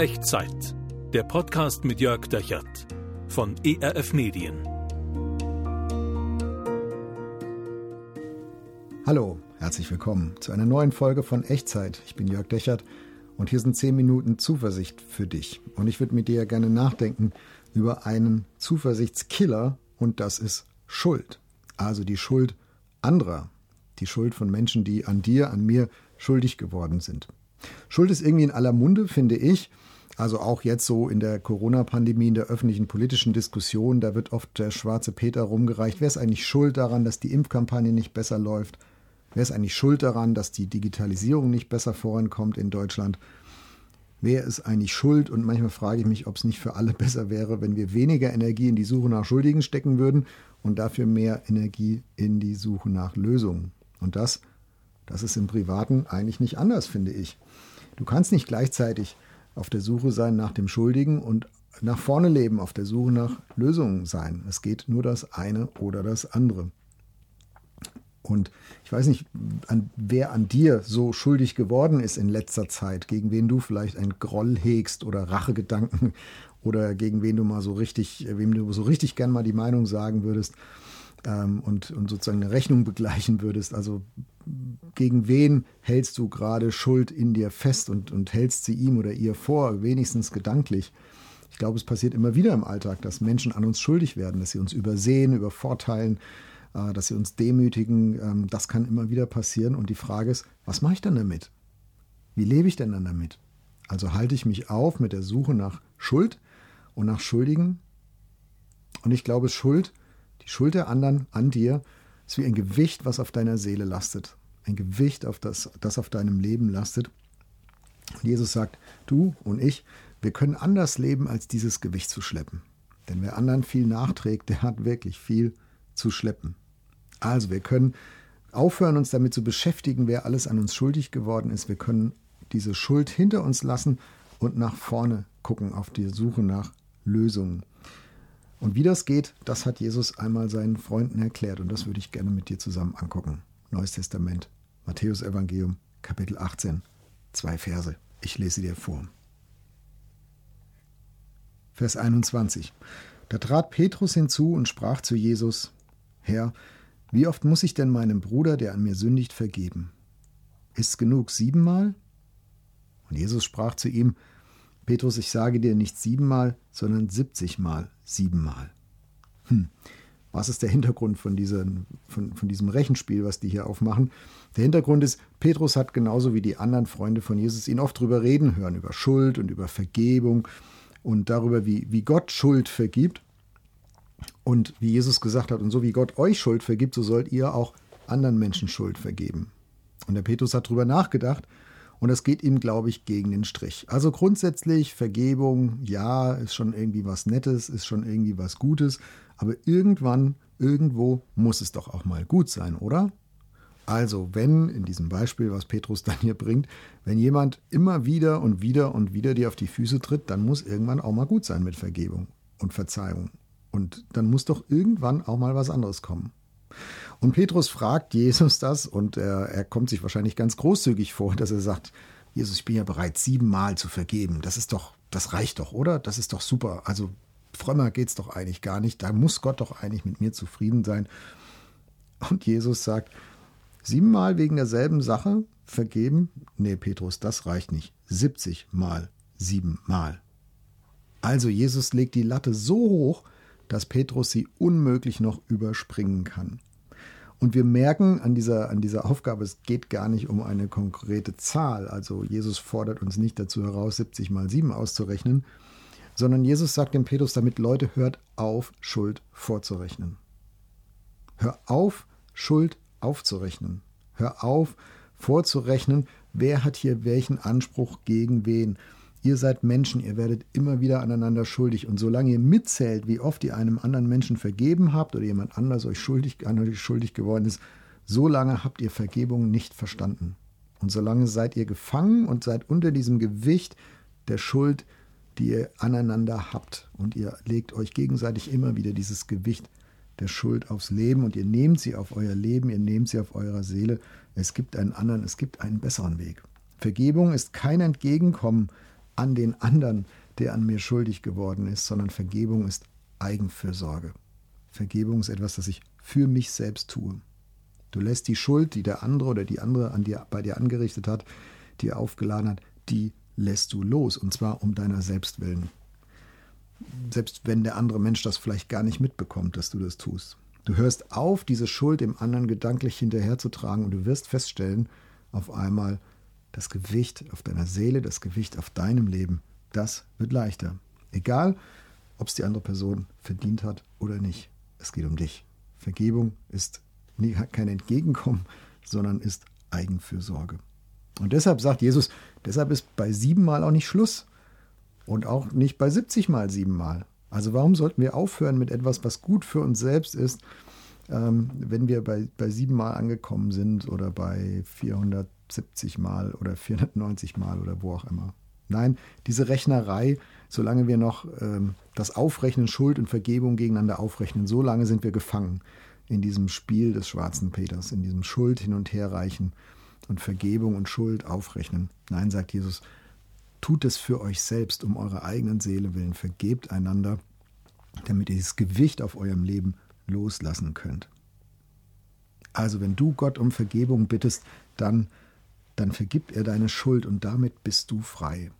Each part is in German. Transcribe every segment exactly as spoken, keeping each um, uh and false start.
Echtzeit. Der Podcast mit Jörg Dechert von E R F Medien. Hallo, herzlich willkommen zu einer neuen Folge von Echtzeit. Ich bin Jörg Dechert und hier sind zehn Minuten Zuversicht für dich. Und ich würde mit dir gerne nachdenken über einen Zuversichtskiller und das ist Schuld. Also die Schuld anderer, die Schuld von Menschen, die an dir, an mir schuldig geworden sind. Schuld ist irgendwie in aller Munde, finde ich. Also auch jetzt so in der Corona-Pandemie, in der öffentlichen politischen Diskussion, da wird oft der schwarze Peter rumgereicht. Wer ist eigentlich schuld daran, dass die Impfkampagne nicht besser läuft? Wer ist eigentlich schuld daran, dass die Digitalisierung nicht besser vorankommt in Deutschland? Wer ist eigentlich schuld? Und manchmal frage ich mich, ob es nicht für alle besser wäre, wenn wir weniger Energie in die Suche nach Schuldigen stecken würden und dafür mehr Energie in die Suche nach Lösungen. Und das, das ist im Privaten eigentlich nicht anders, finde ich. Du kannst nicht gleichzeitig auf der Suche sein nach dem Schuldigen und nach vorne leben, auf der Suche nach Lösungen sein. Es geht nur das eine oder das andere. Und ich weiß nicht, an, wer an dir so schuldig geworden ist in letzter Zeit, gegen wen du vielleicht einen Groll hegst oder Rachegedanken oder gegen wen du mal so richtig, wem du so richtig gern mal die Meinung sagen würdest ähm, und, und sozusagen eine Rechnung begleichen würdest. Also gegen wen hältst du gerade Schuld in dir fest und, und hältst sie ihm oder ihr vor, wenigstens gedanklich? Ich glaube, es passiert immer wieder im Alltag, dass Menschen an uns schuldig werden, dass sie uns übersehen, übervorteilen, äh, dass sie uns demütigen. Ähm, das kann immer wieder passieren. Und die Frage ist, was mache ich dann damit? Wie lebe ich denn dann damit? Also halte ich mich auf mit der Suche nach Schuld und nach Schuldigen? Und ich glaube, Schuld, die Schuld der anderen an dir, ist wie ein Gewicht, was auf deiner Seele lastet. Ein Gewicht, auf das, das auf deinem Leben lastet. Und Jesus sagt, du und ich, wir können anders leben, als dieses Gewicht zu schleppen. Denn wer anderen viel nachträgt, der hat wirklich viel zu schleppen. Also wir können aufhören, uns damit zu beschäftigen, wer alles an uns schuldig geworden ist. Wir können diese Schuld hinter uns lassen und nach vorne gucken auf die Suche nach Lösungen. Und wie das geht, das hat Jesus einmal seinen Freunden erklärt. Und das würde ich gerne mit dir zusammen angucken. Neues Testament, Matthäus Evangelium, Kapitel achtzehn, zwei Verse. Ich lese dir vor. Vers einundzwanzig. Da trat Petrus hinzu und sprach zu Jesus: Herr, wie oft muss ich denn meinem Bruder, der an mir sündigt, vergeben? Ist's genug siebenmal? Und Jesus sprach zu ihm: Petrus, ich sage dir nicht siebenmal, sondern siebzigmal siebenmal. Hm. Was ist der Hintergrund von, diesen, von, von diesem Rechenspiel, was die hier aufmachen? Der Hintergrund ist, Petrus hat genauso wie die anderen Freunde von Jesus ihn oft drüber reden hören, über Schuld und über Vergebung und darüber, wie, wie Gott Schuld vergibt. Und wie Jesus gesagt hat, und so wie Gott euch Schuld vergibt, so sollt ihr auch anderen Menschen Schuld vergeben. Und der Petrus hat drüber nachgedacht. Und das geht ihm, glaube ich, gegen den Strich. Also grundsätzlich Vergebung, ja, ist schon irgendwie was Nettes, ist schon irgendwie was Gutes. Aber irgendwann, irgendwo muss es doch auch mal gut sein, oder? Also wenn, in diesem Beispiel, was Petrus dann hier bringt, wenn jemand immer wieder und wieder und wieder dir auf die Füße tritt, dann muss irgendwann auch mal gut sein mit Vergebung und Verzeihung. Und dann muss doch irgendwann auch mal was anderes kommen. Und Petrus fragt Jesus das und er, er kommt sich wahrscheinlich ganz großzügig vor, dass er sagt, Jesus, ich bin ja bereit, siebenmal zu vergeben. Das ist doch, das reicht doch, oder? Das ist doch super. Also frömmer geht's doch eigentlich gar nicht. Da muss Gott doch eigentlich mit mir zufrieden sein. Und Jesus sagt, siebenmal wegen derselben Sache vergeben? Nee, Petrus, das reicht nicht. siebzigmal siebenmal. Also Jesus legt die Latte so hoch, dass Petrus sie unmöglich noch überspringen kann. Und wir merken an dieser, an dieser Aufgabe, es geht gar nicht um eine konkrete Zahl. Also Jesus fordert uns nicht dazu heraus, siebzig mal sieben auszurechnen, sondern Jesus sagt dem Petrus damit, Leute, hört auf, Schuld vorzurechnen. Hör auf, Schuld aufzurechnen. Hör auf, vorzurechnen, wer hat hier welchen Anspruch gegen wen. Ihr seid Menschen, ihr werdet immer wieder aneinander schuldig. Und solange ihr mitzählt, wie oft ihr einem anderen Menschen vergeben habt oder jemand anders euch schuldig, an euch schuldig geworden ist, solange habt ihr Vergebung nicht verstanden. Und solange seid ihr gefangen und seid unter diesem Gewicht der Schuld, die ihr aneinander habt. Und ihr legt euch gegenseitig immer wieder dieses Gewicht der Schuld aufs Leben und ihr nehmt sie auf euer Leben, ihr nehmt sie auf eurer Seele. Es gibt einen anderen, es gibt einen besseren Weg. Vergebung ist kein Entgegenkommen an den anderen, der an mir schuldig geworden ist, sondern Vergebung ist Eigenfürsorge. Vergebung ist etwas, das ich für mich selbst tue. Du lässt die Schuld, die der andere oder die andere an dir, bei dir angerichtet hat, dir aufgeladen hat, die lässt du los, und zwar um deiner selbst willen. Selbst wenn der andere Mensch das vielleicht gar nicht mitbekommt, dass du das tust. Du hörst auf, diese Schuld dem anderen gedanklich hinterherzutragen, und du wirst feststellen, auf einmal, das Gewicht auf deiner Seele, das Gewicht auf deinem Leben, das wird leichter. Egal, ob es die andere Person verdient hat oder nicht. Es geht um dich. Vergebung ist kein Entgegenkommen, sondern ist Eigenfürsorge. Und deshalb sagt Jesus, deshalb ist bei siebenmal auch nicht Schluss und auch nicht bei siebzig mal siebenmal. Also warum sollten wir aufhören mit etwas, was gut für uns selbst ist, ähm, wenn wir bei, bei siebenmal angekommen sind oder bei vierhundertsiebzig Mal oder vierhundertneunzig Mal oder wo auch immer. Nein, diese Rechnerei, solange wir noch ähm, das Aufrechnen, Schuld und Vergebung gegeneinander aufrechnen, so lange sind wir gefangen in diesem Spiel des schwarzen Peters, in diesem Schuld hin und her reichen und Vergebung und Schuld aufrechnen. Nein, sagt Jesus, tut es für euch selbst, um eurer eigenen Seele willen. Vergebt einander, damit ihr dieses Gewicht auf eurem Leben loslassen könnt. Also wenn du Gott um Vergebung bittest, dann, dann vergibt er deine Schuld und damit bist du frei.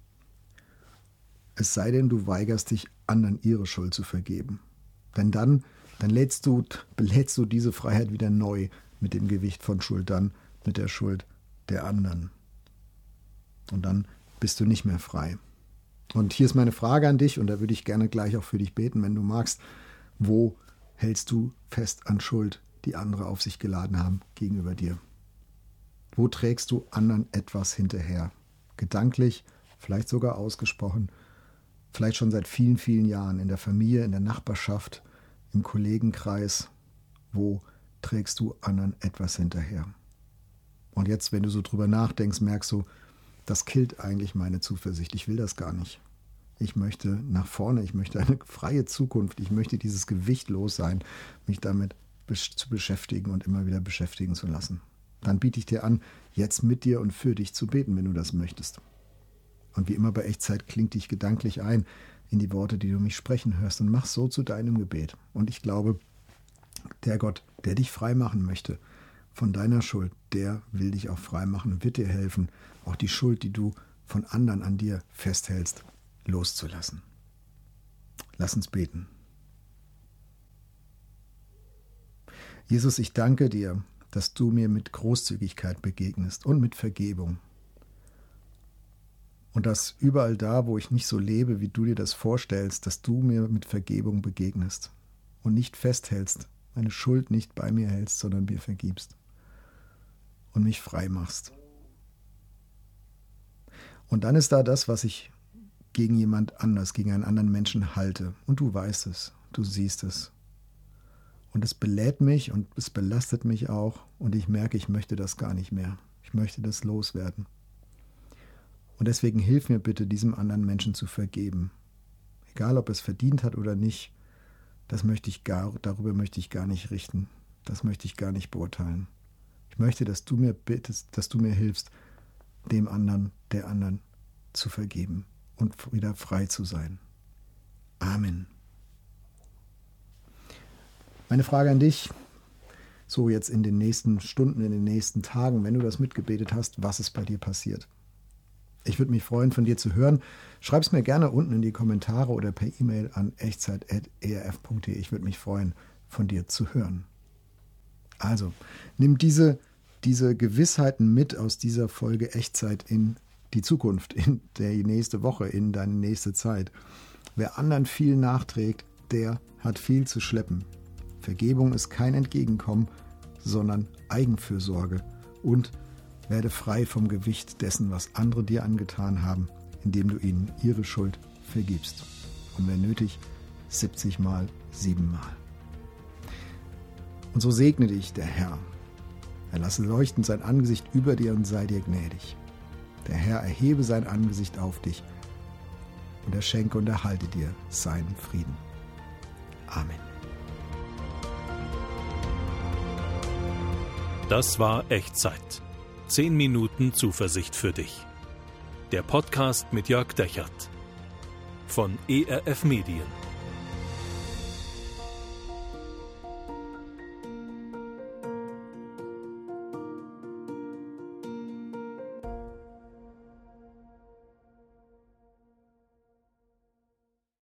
Es sei denn, du weigerst dich, anderen ihre Schuld zu vergeben. Denn dann, dann lädst du, belädst du diese Freiheit wieder neu mit dem Gewicht von Schuld, dann mit der Schuld der anderen. Und dann bist du nicht mehr frei. Und hier ist meine Frage an dich, und da würde ich gerne gleich auch für dich beten, wenn du magst. Wo hältst du fest an Schuld, die andere auf sich geladen haben gegenüber dir? Wo trägst du anderen etwas hinterher? Gedanklich, vielleicht sogar ausgesprochen, vielleicht schon seit vielen, vielen Jahren in der Familie, in der Nachbarschaft, im Kollegenkreis. Wo trägst du anderen etwas hinterher? Und jetzt, wenn du so drüber nachdenkst, merkst du, das killt eigentlich meine Zuversicht. Ich will das gar nicht. Ich möchte nach vorne, ich möchte eine freie Zukunft, ich möchte dieses Gewicht los sein, mich damit zu beschäftigen und immer wieder beschäftigen zu lassen. Dann biete ich dir an, jetzt mit dir und für dich zu beten, wenn du das möchtest. Und wie immer bei Echtzeit, kling dich gedanklich ein in die Worte, die du mich sprechen hörst, und mach so zu deinem Gebet. Und ich glaube, der Gott, der dich frei machen möchte von deiner Schuld, der will dich auch frei machen und wird dir helfen, auch die Schuld, die du von anderen an dir festhältst, loszulassen. Lass uns beten. Jesus, ich danke dir, dass du mir mit Großzügigkeit begegnest und mit Vergebung. Und dass überall da, wo ich nicht so lebe, wie du dir das vorstellst, dass du mir mit Vergebung begegnest und nicht festhältst, meine Schuld nicht bei mir hältst, sondern mir vergibst und mich frei machst. Und dann ist da das, was ich gegen jemand anders, gegen einen anderen Menschen halte. Und du weißt es, du siehst es. Und es belädt mich und es belastet mich auch. Und ich merke, ich möchte das gar nicht mehr. Ich möchte das loswerden. Und deswegen hilf mir bitte, diesem anderen Menschen zu vergeben. Egal, ob es verdient hat oder nicht, das möchte ich gar, darüber möchte ich gar nicht richten. Das möchte ich gar nicht beurteilen. Ich möchte, dass du mir bittest, dass du mir hilfst, dem anderen, der anderen zu vergeben und wieder frei zu sein. Amen. Meine Frage an dich, so jetzt in den nächsten Stunden, in den nächsten Tagen, wenn du das mitgebetet hast, was ist bei dir passiert? Ich würde mich freuen, von dir zu hören. Schreib es mir gerne unten in die Kommentare oder per E-Mail an echtzeit at e r f punkt d e. Ich würde mich freuen, von dir zu hören. Also, nimm diese, diese Gewissheiten mit aus dieser Folge Echtzeit in die Zukunft, in die nächste Woche, in deine nächste Zeit. Wer anderen viel nachträgt, der hat viel zu schleppen. Vergebung ist kein Entgegenkommen, sondern Eigenfürsorge. Und werde frei vom Gewicht dessen, was andere dir angetan haben, indem du ihnen ihre Schuld vergibst. Und wenn nötig, siebzig Mal, sieben Mal. Und so segne dich der Herr. Er lasse leuchten sein Angesicht über dir und sei dir gnädig. Der Herr erhebe sein Angesicht auf dich und er schenke und erhalte dir seinen Frieden. Amen. Das war Echtzeit. Zehn Minuten Zuversicht für dich. Der Podcast mit Jörg Dechert von E R F Medien.